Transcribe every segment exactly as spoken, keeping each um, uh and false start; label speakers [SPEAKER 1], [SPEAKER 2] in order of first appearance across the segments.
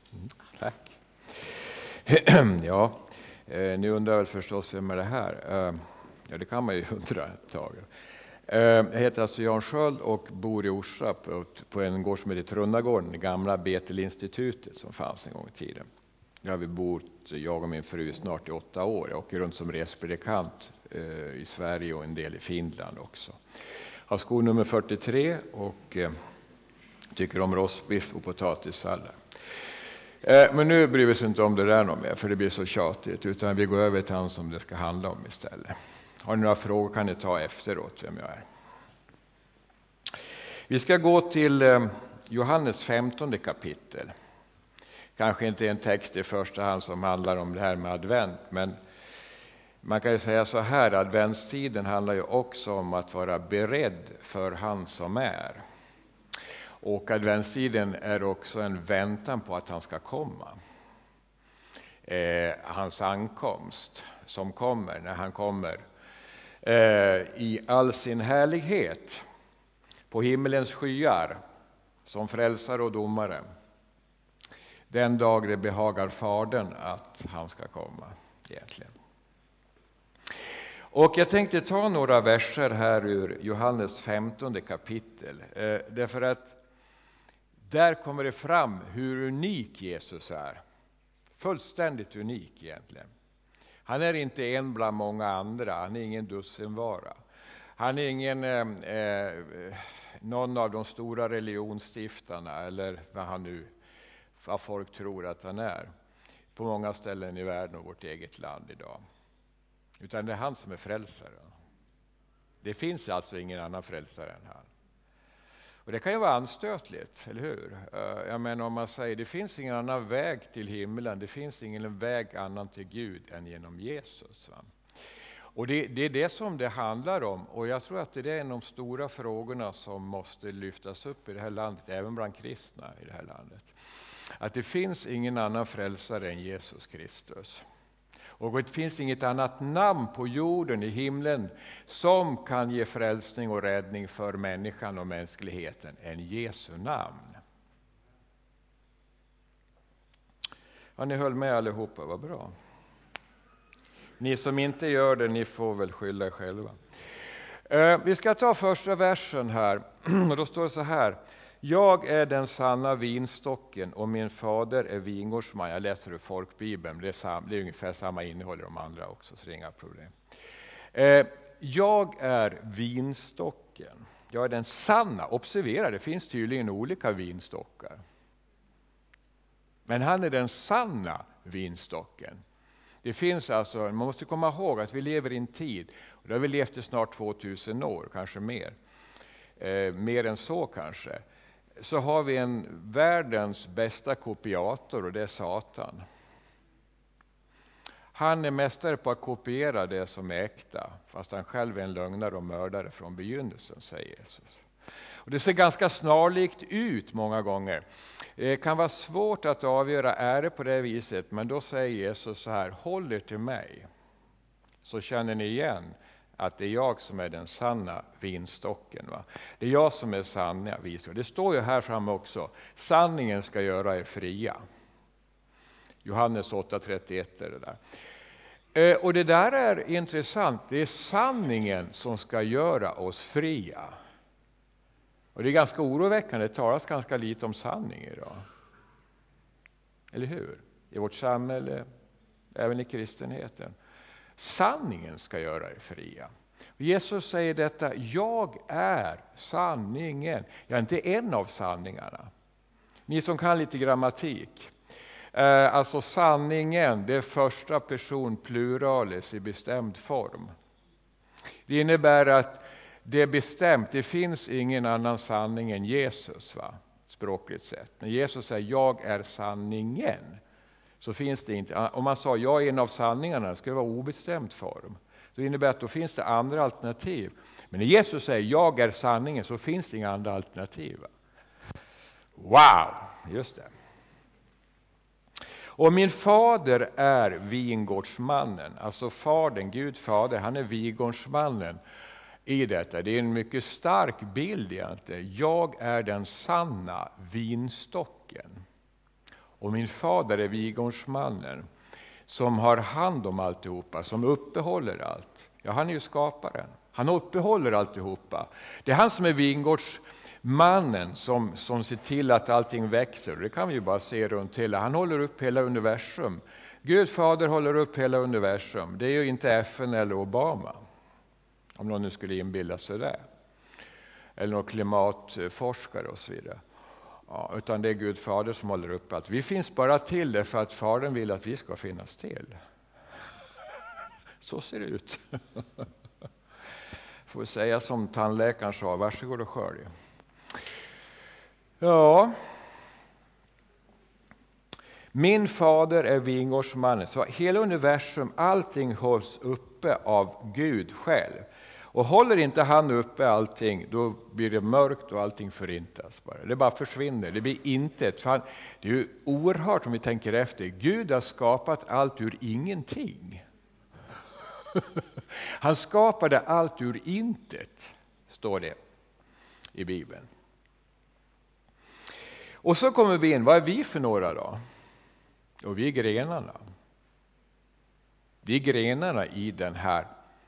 [SPEAKER 1] Mm, tack. Ja, eh, ni undrar väl förstås vem är det här? Eh, ja, det kan man ju undra ett tag. Eh, jag heter alltså Jan Sköld och bor i Orsa på, på en gård som heter Trunnagården, det gamla Betelinstitutet som fanns en gång i tiden. Där har vi bott, jag och min fru, snart i åtta år. Jag åker runt som respredikant eh, i Sverige och en del i Finland också. Har skolnummer fyrtiotre och eh, tycker om rostbiff och potatissallad. Eh, men nu bryr vi oss inte om det där någon mer, för det blir så tjatigt, utan vi går över till han som det ska handla om istället. Har ni några frågor kan ni ta efteråt vem jag är. Vi ska gå till eh, Johannes femtonde kapitel. Kanske inte en text i första hand som handlar om det här med advent, men man kan ju säga så här, adventstiden handlar ju också om att vara beredd för han som är. Och adventstiden är också en väntan på att han ska komma. Eh, hans ankomst som kommer, när han kommer eh, i all sin härlighet på himmelens skyar som frälsare och domare. Den dag det behagar Fadern att han ska komma egentligen. Och jag tänkte ta några verser här ur Johannes femtonde kapitel. Eh, därför att där kommer det fram hur unik Jesus är. Fullständigt unik egentligen. Han är inte en bland många andra, han är ingen dussinvara. Han är ingen eh, eh, någon av de stora religionsstiftarna eller vad han nu, vad folk tror att han är. På många ställen i världen och vårt eget land idag. Utan det är han som är frälsaren. Det finns alltså ingen annan frälsare än han. Och det kan ju vara anstötligt, eller hur? Jag menar om man säger det finns ingen annan väg till himlen, det finns ingen väg annan till Gud än genom Jesus. Va? Och det, det är det som det handlar om, och jag tror att det är en av de stora frågorna som måste lyftas upp i det här landet, även bland kristna i det här landet. Att det finns ingen annan frälsare än Jesus Kristus. Och det finns inget annat namn på jorden i himlen som kan ge frälsning och räddning för människan och mänskligheten än Jesu namn. Ja, ni höll med allihopa, vad bra. Ni som inte gör det, ni får väl skylla er själva. Eh, vi ska ta första versen här, och då står det så här. Jag är den sanna vinstocken och min fader är vingårdsman. Jag läser ur folkbibeln, det är, sam, det är ungefär samma innehåll i de andra också, så det är inga problem. Eh, jag är vinstocken. Jag är den sanna. Observera, det finns tydligen olika vinstockar. Men han är den sanna vinstocken. Det finns alltså, man måste komma ihåg att vi lever i en tid, och då har vi levt i snart tvåtusen år, kanske mer. Eh, mer än så kanske. Så har vi en världens bästa kopiator, och det är Satan. Han är mästare på att kopiera det som är äkta, fast han själv är en lögnare och mördare från begynnelsen, säger Jesus. Och det ser ganska snarlikt ut många gånger. Det kan vara svårt att avgöra, är det på det viset, men då säger Jesus så här: håll er till mig, så känner ni igen att det är jag som är den sanna vinstocken. Va? Det är jag som är sanna vinstocken. Det står ju här framme också. Sanningen ska göra er fria. Johannes åtta trettioett är det där. Eh, och det där är intressant. Det är sanningen som ska göra oss fria. Och det är ganska oroväckande. Det talas ganska lite om sanning idag. Eller hur? I vårt samhälle, även i kristenheten. Sanningen ska göra er fria. Jesus säger detta, jag är sanningen. Jag är inte en av sanningarna. Ni som kan lite grammatik. Eh, alltså sanningen, det är första person pluralis i bestämd form. Det innebär att det är bestämt, det finns ingen annan sanning än Jesus, va? Språkligt sett. När Jesus säger jag är sanningen, så finns det inte, om man sa jag är en av sanningarna, det skulle vara obestämd form. Det innebär att då finns det andra alternativ. Men när Jesus säger jag är sanningen, så finns det inga andra alternativ. Wow, just det. Och min fader är vingårdsmannen, alltså fadern, Gud fader, han är vingårdsmannen i detta. Det är en mycket stark bild egentligen. Jag är den sanna vinstocken. Och min fader är vingårdsmannen som har hand om alltihopa, som uppehåller allt. Ja, han är ju skaparen. Han uppehåller alltihopa. Det är han som är vingårdsmannen som, som ser till att allting växer. Det kan vi ju bara se runt hela. Han håller upp hela universum. Gud fader håller upp hela universum. Det är ju inte F N eller Obama. Om någon nu skulle inbilla sig det. Eller någon klimatforskare och så vidare. Ja, utan det är Gud fader som håller upp allt. Vi finns bara till det för att fadern vill att vi ska finnas till. Så ser det ut. Får säga som tandläkaren sa, varsågod och skölj. Ja. Min fader är vingårdsmannen. Så hela universum, allting hålls uppe av Gud själv. Och håller inte han uppe allting, då blir det mörkt och allting förintas bara. Det bara försvinner, det blir intet. För han, det är ju oerhört om vi tänker efter. Gud har skapat allt ur ingenting. Han skapade allt ur intet, står det i Bibeln. Och så kommer vi in, vad är vi för några då? Och vi är grenarna. Vi är grenarna i den här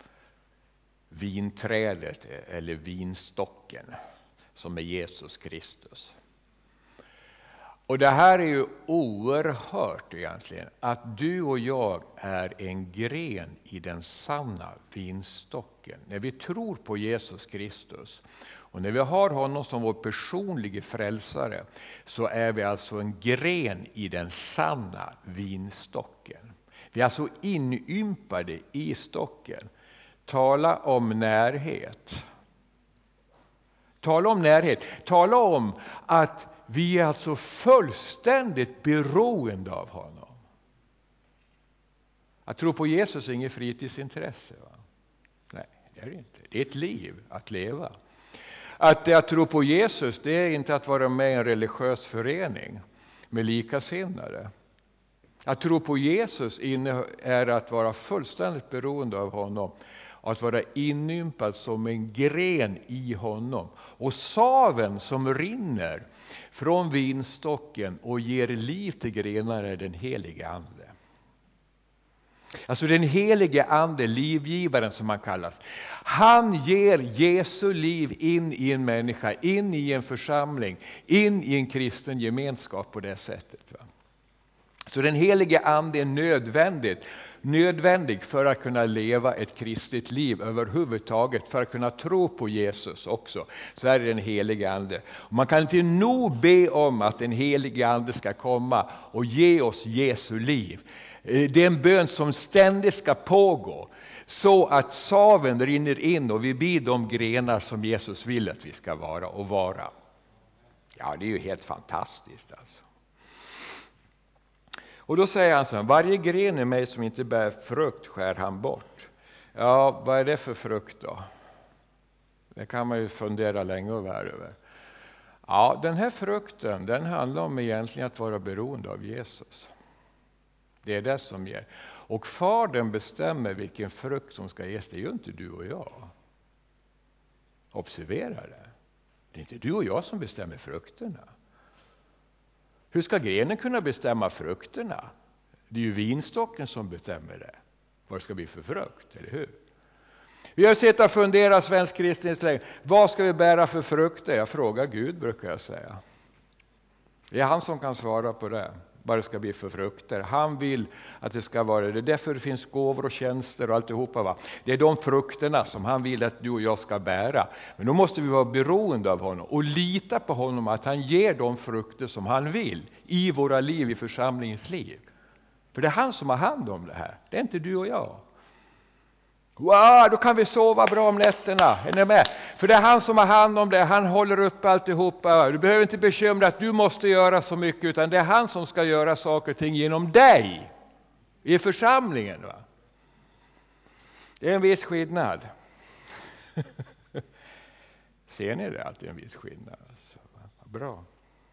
[SPEAKER 1] vinträdet eller vinstocken som är Jesus Kristus. Och det här är ju oerhört egentligen, att du och jag är en gren i den sanna vinstocken. När vi tror på Jesus Kristus och när vi har honom som vår personliga frälsare, så är vi alltså en gren i den sanna vinstocken. Vi är alltså inympade i stocken. Tala om närhet. Tala om närhet. Tala om att vi är alltså fullständigt beroende av honom. Att tro på Jesus är inget fritidsintresse. Va? Nej, det är det inte. Det är ett liv att leva. Att jag tror på Jesus, det är inte att vara med i en religiös förening med likasinnade. Att tro på Jesus är att vara fullständigt beroende av honom. Att vara inympad som en gren i honom. Och saven som rinner från vinstocken och ger liv till grenar är den helige ande. Alltså den helige ande, livgivaren som man kallas. Han ger Jesu liv in i en människa, in i en församling, in i en kristen gemenskap på det sättet. Va? Så den helige ande är nödvändigt. Nödvändig för att kunna leva ett kristet liv överhuvudtaget, för att kunna tro på Jesus också, så är det den helige ande. Och man kan inte nog be om att den helige ande ska komma och ge oss Jesu liv. Det är en bön som ständigt ska pågå, så att saven rinner in och vi blir de grenar som Jesus vill att vi ska vara och vara. Ja, det är ju helt fantastiskt alltså. Och då säger han så här, varje gren i mig som inte bär frukt skär han bort. Ja, vad är det för frukt då? Det kan man ju fundera länge över. Ja, den här frukten, den handlar om egentligen att vara beroende av Jesus. Det är det som ger. Och Fadern bestämmer vilken frukt som ska ges, det är ju inte du och jag. Observera det. Det är inte du och jag som bestämmer frukterna. Hur ska grenen kunna bestämma frukterna? Det är ju vinstocken som bestämmer det. Vad det ska bli för frukt, eller hur? Vi har sett och funderat svensk kristendom länge. Vad ska vi bära för frukter? Jag frågar Gud, brukar jag säga. Det är han som kan svara på det. Vad det ska bli för frukter. Han vill att det ska vara det. Det är därför det finns gåvor och tjänster och alltihopa. Va? Det är de frukterna som han vill att du och jag ska bära. Men då måste vi vara beroende av honom. Och lita på honom att han ger de frukter som han vill. I våra liv, i församlingens liv. För det är han som har hand om det här. Det är inte du och jag. Wow, då kan vi sova bra om nätterna. Är ni med? För det är han som har hand om det. Han håller upp alltihopa. Du behöver inte bekymra att du måste göra så mycket. Utan det är han som ska göra saker och ting genom dig. I församlingen. Va? Det är en viss skillnad. Ser ni det? Alltid en viss skillnad. Alltså, bra.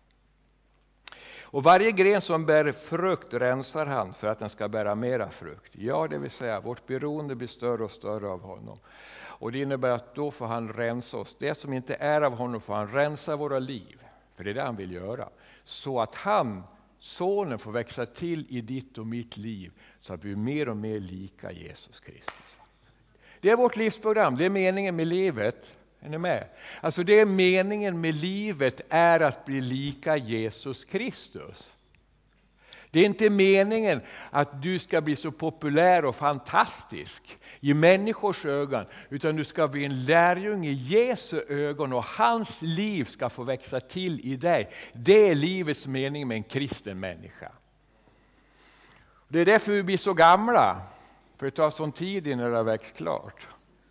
[SPEAKER 1] Och varje gren som bär frukt rensar han för att den ska bära mera frukt. Ja, det vill säga vårt beroende blir större och större av honom. Och det innebär att då får han rensa oss. Det som inte är av honom får han rensa våra liv. För det är det han vill göra. Så att han Sonen får växa till i ditt och mitt liv så att vi blir mer och mer lika Jesus Kristus. Det är vårt livsprogram, det är meningen med livet. Är ni med? Alltså det är meningen med livet är att bli lika Jesus Kristus. Det är inte meningen att du ska bli så populär och fantastisk i människors ögon, utan du ska bli en lärjung i Jesu ögon och hans liv ska få växa till i dig. Det är livets mening med en kristen människa. Det är därför vi blir så gamla, för det tar sån tid innan det har växt klart.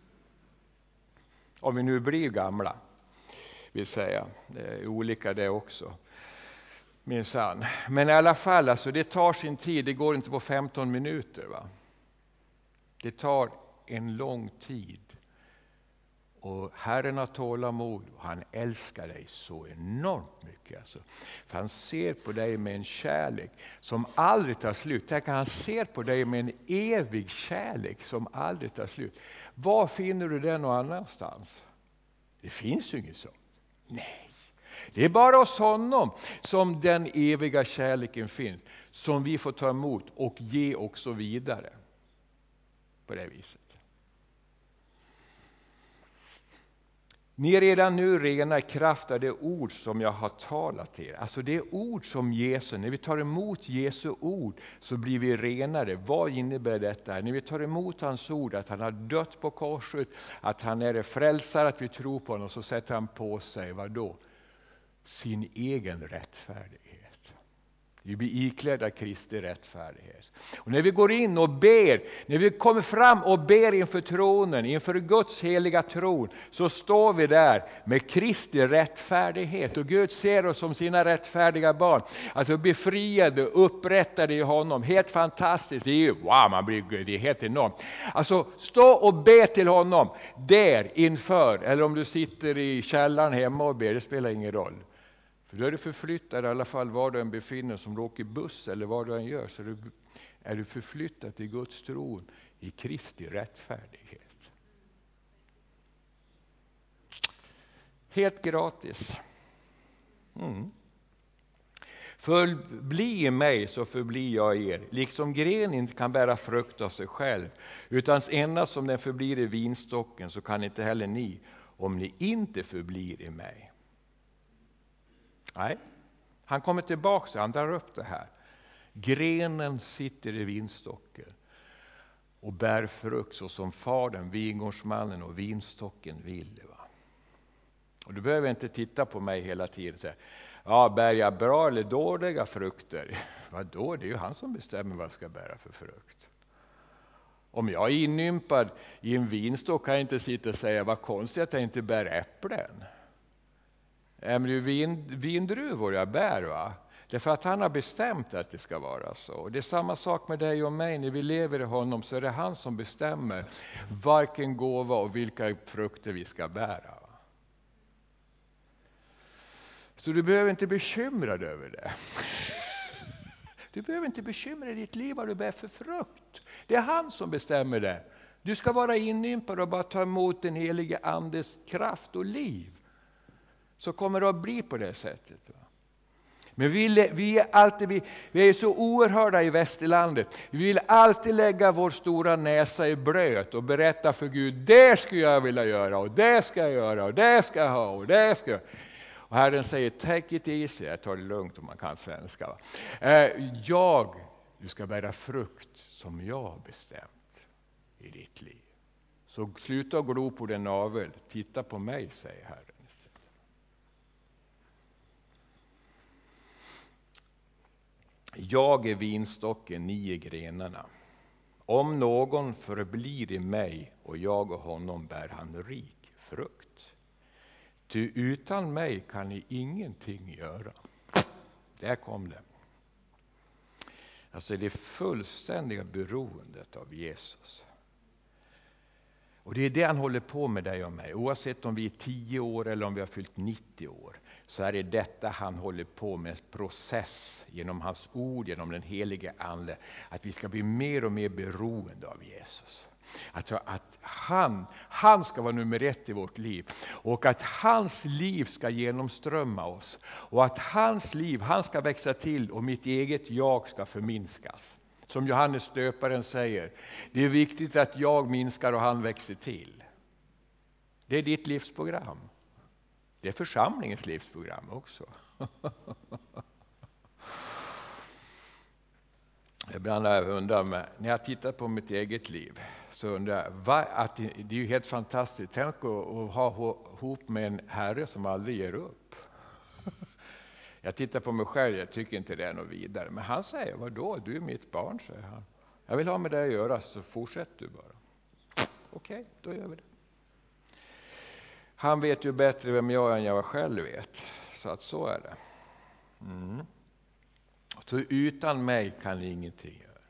[SPEAKER 1] Om vi nu blir gamla, vill säga. Det är olika det också. Minsann. Men i alla fall, alltså, det tar sin tid. Det går inte på femton minuter. Va? Det tar en lång tid. Och Herren har tålamod och han älskar dig så enormt mycket. Alltså. För han ser på dig med en kärlek som aldrig tar slut. Tänk, han ser på dig med en evig kärlek som aldrig tar slut. Var finner du den någon annanstans? Det finns ju inget sånt. Nej. Det är bara hos honom som den eviga kärleken finns. Som vi får ta emot och ge också vidare. På det viset. Ni är redan nu rena i kraft av det ord som jag har talat till er. Alltså det ord som Jesus, när vi tar emot Jesu ord så blir vi renare. Vad innebär detta? När vi tar emot hans ord, att han har dött på korset, att han är frälsare, att vi tror på honom, så sätter han på sig, vad då? Sin egen rättfärdighet. Vi blir iklädda Kristi rättfärdighet. Och när vi går in och ber, när vi kommer fram och ber inför tronen, inför Guds heliga tron, så står vi där med Kristi rättfärdighet. Och Gud ser oss som sina rättfärdiga barn. Att vi blir befriade, upprättade i honom. Helt fantastiskt. Det är ju, wow, man blir, det är helt enormt. Alltså, stå och be till honom där inför. Eller om du sitter i källaren hemma och ber, det spelar ingen roll. För då är du förflyttad i alla fall var du än befinner dig, som du åker buss eller vad du än gör, så är du, är du förflyttad till Guds tron i Kristi rättfärdighet. Helt gratis. Mm. Förbli i mig så förblir jag er. Liksom gren inte kan bära frukt av sig själv, utan endast som den förblir i vinstocken, så kan inte heller ni, om ni inte förblir i mig. Nej, han kommer tillbaka, han drar upp det här. Grenen sitter i vinstocken och bär frukt så som fadern, vingårdsmannen och vinstocken vill. Va? Och du behöver inte titta på mig hela tiden och säga, ja, bär jag bra eller dåliga frukter? Vadå? Det är ju han som bestämmer vad jag ska bära för frukt. Om jag är inympad i en vinstock kan jag inte sitta och säga, vad konstigt att jag inte bär äpplen. Men det är vin, vindruvor jag bär, va? Därför att han har bestämt att det ska vara så. Och det är samma sak med dig och mig. När vi lever i honom så är det han som bestämmer varken gåva och vilka frukter vi ska bära. Va? Så du behöver inte bekymra dig över det. Du behöver inte bekymra dig i ditt liv vad du bär för frukt. Det är han som bestämmer det. Du ska vara inympad och bara ta emot den helige andes kraft och liv. Så kommer det att bli på det sättet. Va? Men vi, vi, är alltid, vi, vi är så oerhörda i västerlandet. Vi vill alltid lägga vår stora näsa i blöt och berätta för Gud, det skulle jag vilja göra och det ska jag göra och det ska jag ha och det ska jag. Och Herren säger, take it easy, jag tar det lugnt om man kan svenska. Va? Jag, du ska bära frukt som jag har bestämt i ditt liv. Så sluta glo på den navel, titta på mig, säger Herren. Jag är vinstocken, ni är grenarna. Om någon förblir i mig och jag och honom bär han rik frukt. Ty utan mig kan ni ingenting göra. Där kom det. Alltså det fullständiga beroendet av Jesus. Och det är det han håller på med dig och mig. Oavsett om vi är tio år eller om vi har fyllt nittio år. Så är det detta han håller på med, en process genom hans ord, genom den helige ande. Att vi ska bli mer och mer beroende av Jesus. Alltså att han, han ska vara nummer ett i vårt liv. Och att hans liv ska genomströmma oss. Och att hans liv, han ska växa till och mitt eget jag ska förminskas. Som Johannes döparen säger, det är viktigt att jag minskar och han växer till. Det är ditt livsprogram. Det är församlingens livsprogram också. Ibland har jag undrat, när jag tittar på mitt eget liv, så undrar jag, va, att det, det är ju helt fantastiskt. Tänk att, att ha ihop med en herre som aldrig ger upp. Jag tittar på mig själv, jag tycker inte det är något vidare. Men han säger, vadå, du är mitt barn, säger han. Jag vill ha med det att göra, så fortsätt du bara. Okej, då gör vi det. Han vet ju bättre vem jag är än jag själv vet. Så att så är det. Mm. Så utan mig kan ingenting göra.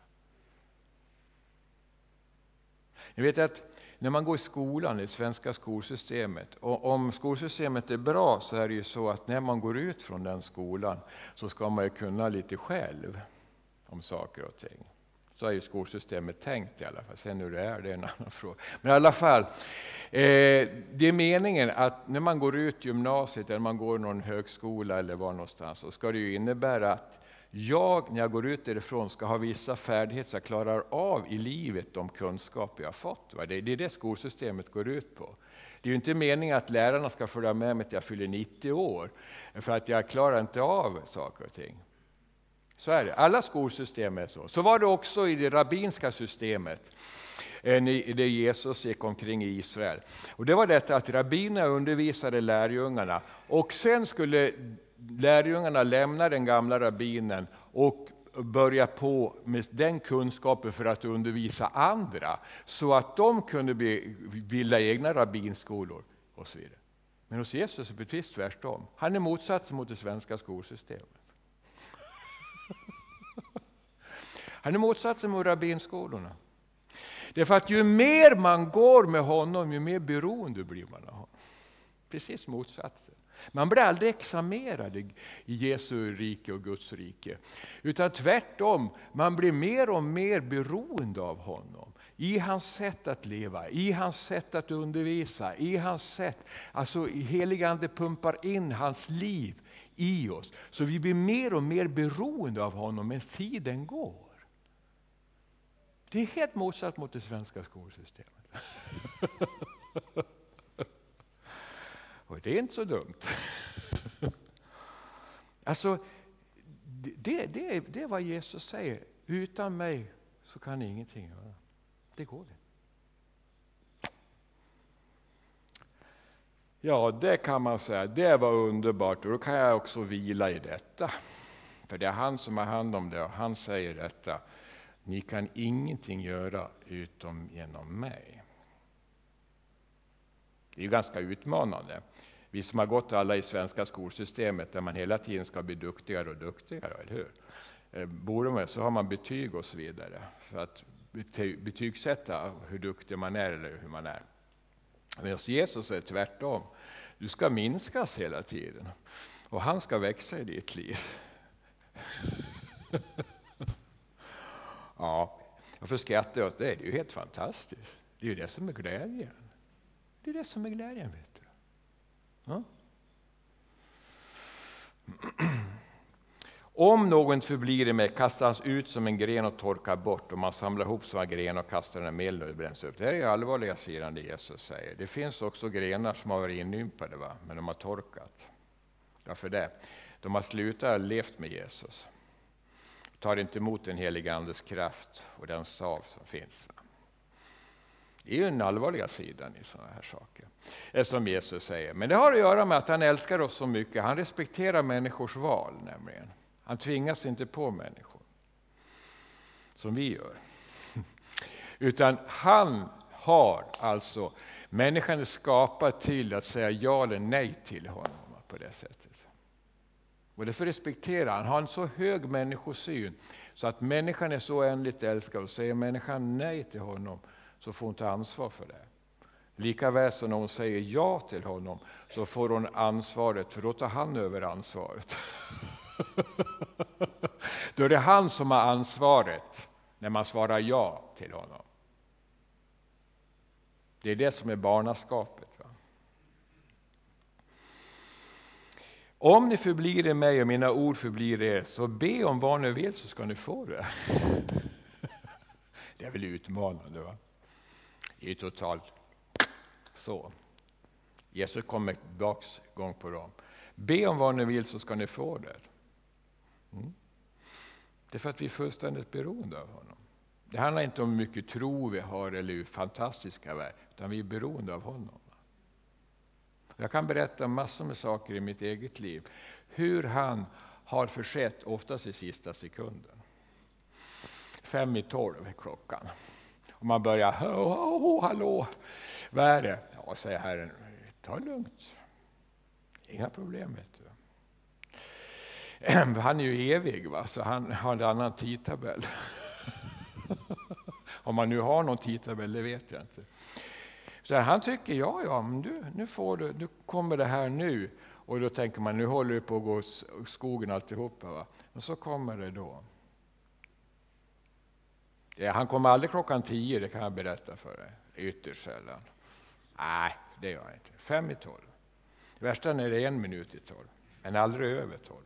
[SPEAKER 1] Ni vet att när man går i skolan, i det svenska skolsystemet, och om skolsystemet är bra så är det ju så att när man går ut från den skolan så ska man ju kunna lite själv om saker och ting. Så är ju skolsystemet tänkt i alla fall. Sen hur det är, det är en annan fråga. Men i alla fall, eh, det är meningen att när man går ut gymnasiet eller man går någon högskola eller var någonstans, så ska det ju innebära att jag, när jag går ut därifrån, ska ha vissa färdigheter så jag klarar av i livet de kunskaper jag har fått. Va? Det, det är det skolsystemet går ut på. Det är ju inte meningen att lärarna ska följa med mig till jag fyller nittio år, för att jag klarar inte av saker och ting. Så är det. Alla skolsystem är så. Så var det också i det rabbinska systemet, där Jesus gick omkring i Israel. Och det var detta att rabbinerna undervisade lärjungarna, och sen skulle lärjungarna lämna den gamla rabbinen och börja på med den kunskapen för att undervisa andra, så att de kunde bilda egna rabbinskolor och så vidare. Men hos Jesus är det precis tvärtom. Han är motsatsen mot det svenska skolsystemet. Han är motsatsen mot rabbinskolorna. Därför att ju mer man går med honom, ju mer beroende blir man av honom. Precis motsatsen. Man blir aldrig examerad i Jesu rike och Guds rike. Utan tvärtom, man blir mer och mer beroende av honom. I hans sätt att leva, i hans sätt att undervisa, i hans sätt. Alltså heliga ande pumpar in hans liv i oss. Så vi blir mer och mer beroende av honom medan tiden går. Det är helt motsatt mot det svenska skolsystemet. Och det är inte så dumt. Alltså, det, det, det är vad Jesus säger. Utan mig så kan ni ingenting göra. Det går det. Ja, det kan man säga. Det var underbart. Och då kan jag också vila i detta. För det är han som har hand om det. Och han säger detta. Ni kan ingenting göra utom genom mig. Det är ju ganska utmanande. Vi som har gått alla i svenska skolsystemet där man hela tiden ska bli duktigare och duktigare, eller hur? Borde man, så har man betyg och så vidare för att betygsätta hur duktig man är eller hur man är. Men hos Jesus är det tvärtom. Du ska minskas hela tiden och han ska växa i ditt liv. Ja, varför skrattar jag åt det? Det är ju helt fantastiskt. Det är ju det som är glädjen. Det är det som är glädjen, vet du. Ja. Om någon förblir i mig kastas ut som en gren och torkar bort, och man samlar ihop sådana grenar och kastar den med och det bränns upp. Det här är allvarliga sidan det Jesus säger. Det finns också grenar som har varit inympade, va? Men de har torkat. Varför det? De har slutat levt med Jesus. Tar inte emot den heliga andes kraft och den sav som finns. Va? Det är ju den allvarliga sidan i sådana här saker. Som Jesus säger. Men det har att göra med att han älskar oss så mycket. Han respekterar människors val nämligen. Han tvingas inte på människor. Som vi gör. Utan han har alltså. Människan är skapad till att säga ja eller nej till honom på det sättet. Och därför respekterar han. Han har en så hög människosyn. Så att människan är så oändligt älskad. Och säger människan nej till honom. Så får hon ta ansvar för det. Likaväl som när hon säger ja till honom. Så får hon ansvaret. För då tar han över ansvaret. Då är det han som har ansvaret. När man svarar ja till honom. Det är det som är barnaskapet. Va? Om ni förblir i mig och mina ord förblir er, så be om vad ni vill så ska ni få det. Det är väl utmanande, va? Det är totalt så. Jesus kommer tillbaka gång på gång. Be om vad ni vill så ska ni få det. Mm. Det är för att vi är fullständigt beroende av honom. Det handlar inte om hur mycket tro vi har eller hur fantastiska vi är, utan vi är beroende av honom. Jag kan berätta massor med saker i mitt eget liv. Hur han har försett, oftast i sista sekunden. Fem i tolv är klockan. Och man börjar, oh, oh, hallå, vad är det? Ja, säger Herren, ta det lugnt. Inga problem, vet du. Han är ju evig, va? Så han har en annan tidtabell. Om man nu har någon tidtabell, det vet jag inte. Så han tycker, ja, ja, men du, nu får du, du kommer det här nu. Och då tänker man, nu håller det på att gå skogen alltihopa, va? Men så kommer det då. Ja, han kommer aldrig klockan tio, det kan jag berätta för dig. Ytterst sällan. Nej, det gör jag inte. Fem i tolv. Det värsta är det en minut i tolv. Men aldrig över tolv.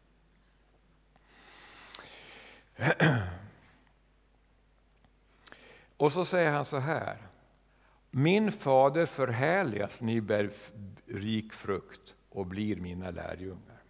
[SPEAKER 1] Och så säger han så här. Min fader förhärligas, ni bär rik frukt och blir mina lärjungar.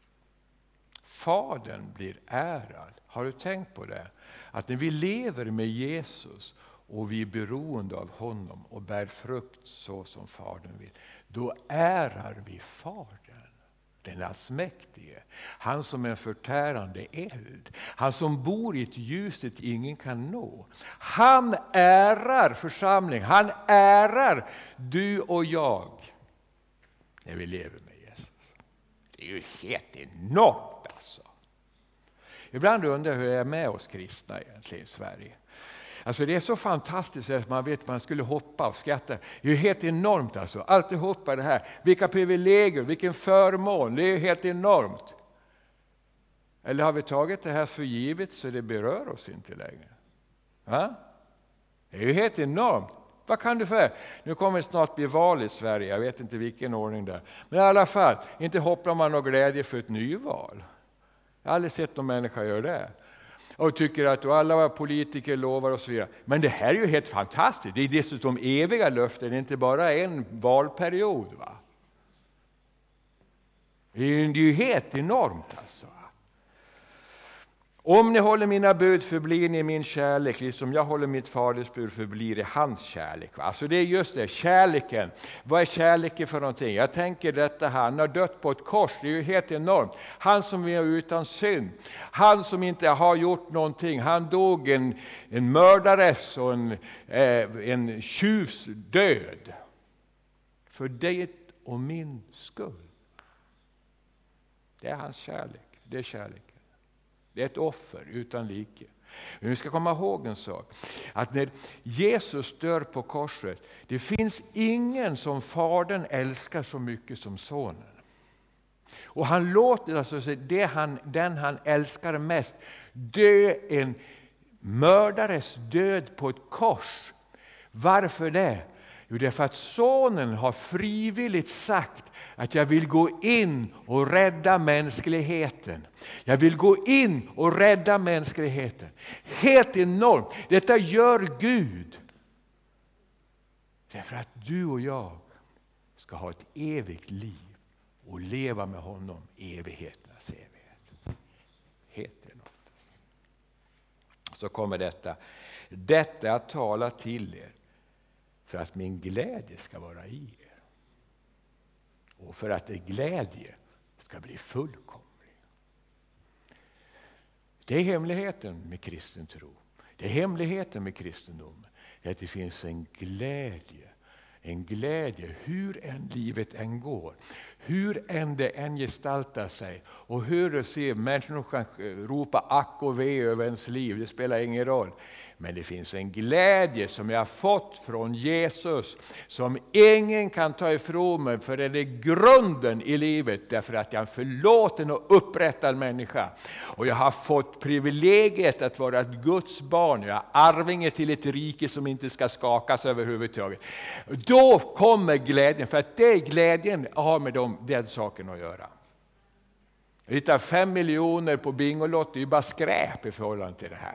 [SPEAKER 1] Fadern blir ärad. Har du tänkt på det? Att när vi lever med Jesus och vi är beroende av honom och bär frukt så som fadern vill, då ärar vi fadern. Den allsmäktige. Han som är en förtärande eld. Han som bor i ett ljus dit ingen kan nå. Han ärar församling. Han ärar du och jag. När vi lever med Jesus. Det är ju helt enormt alltså. Ibland undrar jag hur det är med oss kristna egentligen i Sverige. Alltså det är så fantastiskt att man vet att man skulle hoppa och skratta. Det är ju helt enormt alltså. Alltihopa det här. Vilka privilegier, vilken förmån. Det är ju helt enormt. Eller har vi tagit det här för givet så det berör oss inte längre? Va? Det är ju helt enormt. Vad kan du för? Nu kommer det snart bli val i Sverige. Jag vet inte vilken ordning det är. Men i alla fall, inte hoppar man någon glädje för ett nyval. Jag har aldrig sett någon människa göra det. Och tycker att alla var politiker lovar och så vidare. Men det här är ju helt fantastiskt. Det är dessutom eviga löften. Det är inte bara en valperiod, va? Det är ju helt enormt alltså. Om ni håller mina bud förblir ni min kärlek, liksom jag håller mitt faders bud förblir det hans kärlek. Va? Alltså det är just det, kärleken. Vad är kärleken för någonting? Jag tänker detta här, han har dött på ett kors, det är ju helt enormt. Han som är utan synd, han som inte har gjort någonting, han dog en, en mördares och en, eh, en tjuvs död. För det och min skull. Det är hans kärlek, det är kärlek. Det är ett offer utan like. Men vi ska komma ihåg en sak. Att när Jesus dör på korset. Det finns ingen som fadern älskar så mycket som sonen. Och han låter alltså det han, den han älskar mest dö en mördares död på ett kors. Varför det? Jo, det är för att sonen har frivilligt sagt att jag vill gå in och rädda mänskligheten. Jag vill gå in och rädda mänskligheten. Helt enormt. Detta gör Gud. Det är för att du och jag ska ha ett evigt liv och leva med honom i evigheternas evighet. Helt enormt. Så kommer detta. Detta att tala till er. För att min glädje ska vara i er. Och för att er glädje ska bli fullkomlig. Det är hemligheten med kristen tro. Det är hemligheten med kristendomen. Det är att det finns en glädje. En glädje, hur än livet än går. Hur än det än gestaltar sig. Och hur du ser människor kan ropa ack och ve över ens liv. Det spelar ingen roll. Men det finns en glädje som jag har fått från Jesus. Som ingen kan ta ifrån mig. För det är grunden i livet. Därför att jag är en förlåten och upprättad människa. Och jag har fått privilegiet att vara ett Guds barn. Jag är arvinge till ett rike som inte ska skakas överhuvudtaget. Då kommer glädjen. För att det är glädjen har med dem, den saken att göra. Lite fem miljoner på Bingolott är ju bara skräp i förhållande till det här.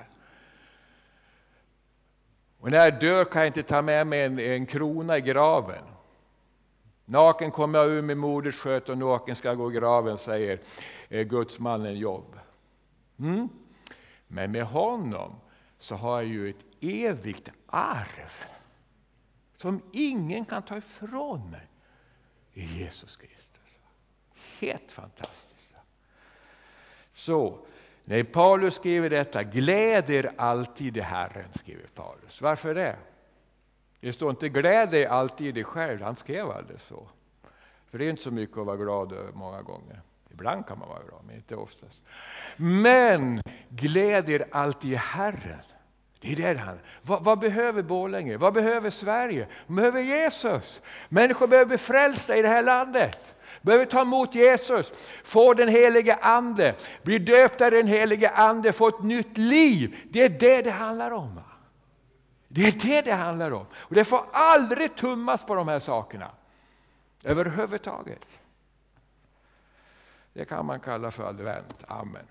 [SPEAKER 1] Och när jag dör kan jag inte ta med mig en, en krona i graven. Naken kommer jag ur med moders sköt och naken ska gå i graven, säger eh, Gudsmannen Jobb. Mm? Men med honom så har jag ju ett evigt arv. Som ingen kan ta ifrån mig. I Jesus Kristus. Helt fantastiskt. Så, när Paulus skriver detta, gläder alltid i Herren, skriver Paulus. Varför det? Det står inte gläder alltid i dig själv, han skrev aldrig så. För det är inte så mycket att vara glad över många gånger. Ibland kan man vara glad, men inte oftast. Men gläder alltid i Herren. Det är det han. Vad, vad behöver Borlänge? Vad behöver Sverige? De behöver Jesus. Människor behöver bli frälsta i det här landet. Behöver ta emot Jesus. Få den helige ande. Bli döpta i den helige ande. Få ett nytt liv. Det är det det handlar om. Det är det det handlar om. Och det får aldrig tummas på de här sakerna. Överhuvudtaget. Det kan man kalla för advent. Amen.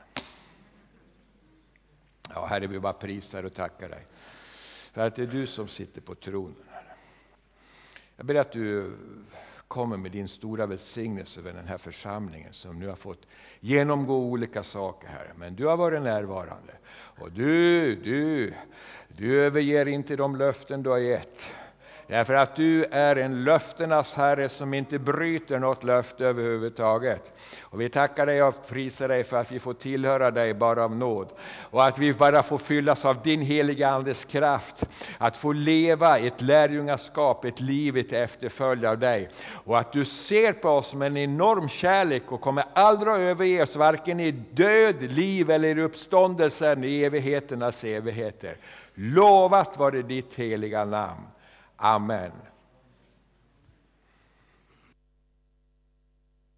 [SPEAKER 1] Ja, Herre, vi bara prisar och tackar dig. För att det är du som sitter på tronen. Jag ber att du kommer med din stora välsignelse över den här församlingen som nu har fått genomgå olika saker här. Men du har varit närvarande. Och du, du, du överger inte de löften du har gett. Därför att du är en löftenas Herre som inte bryter något löfte överhuvudtaget. Och vi tackar dig och prisar dig för att vi får tillhöra dig bara av nåd. Och att vi bara får fyllas av din heliga andes kraft. Att få leva ett lärjungaskap, ett liv, ett efterföljd av dig. Och att du ser på oss med en enorm kärlek och kommer aldrig att överge oss varken i död, liv eller i uppståndelsen i evigheternas evigheter. Lovat var det ditt heliga namn. Amen.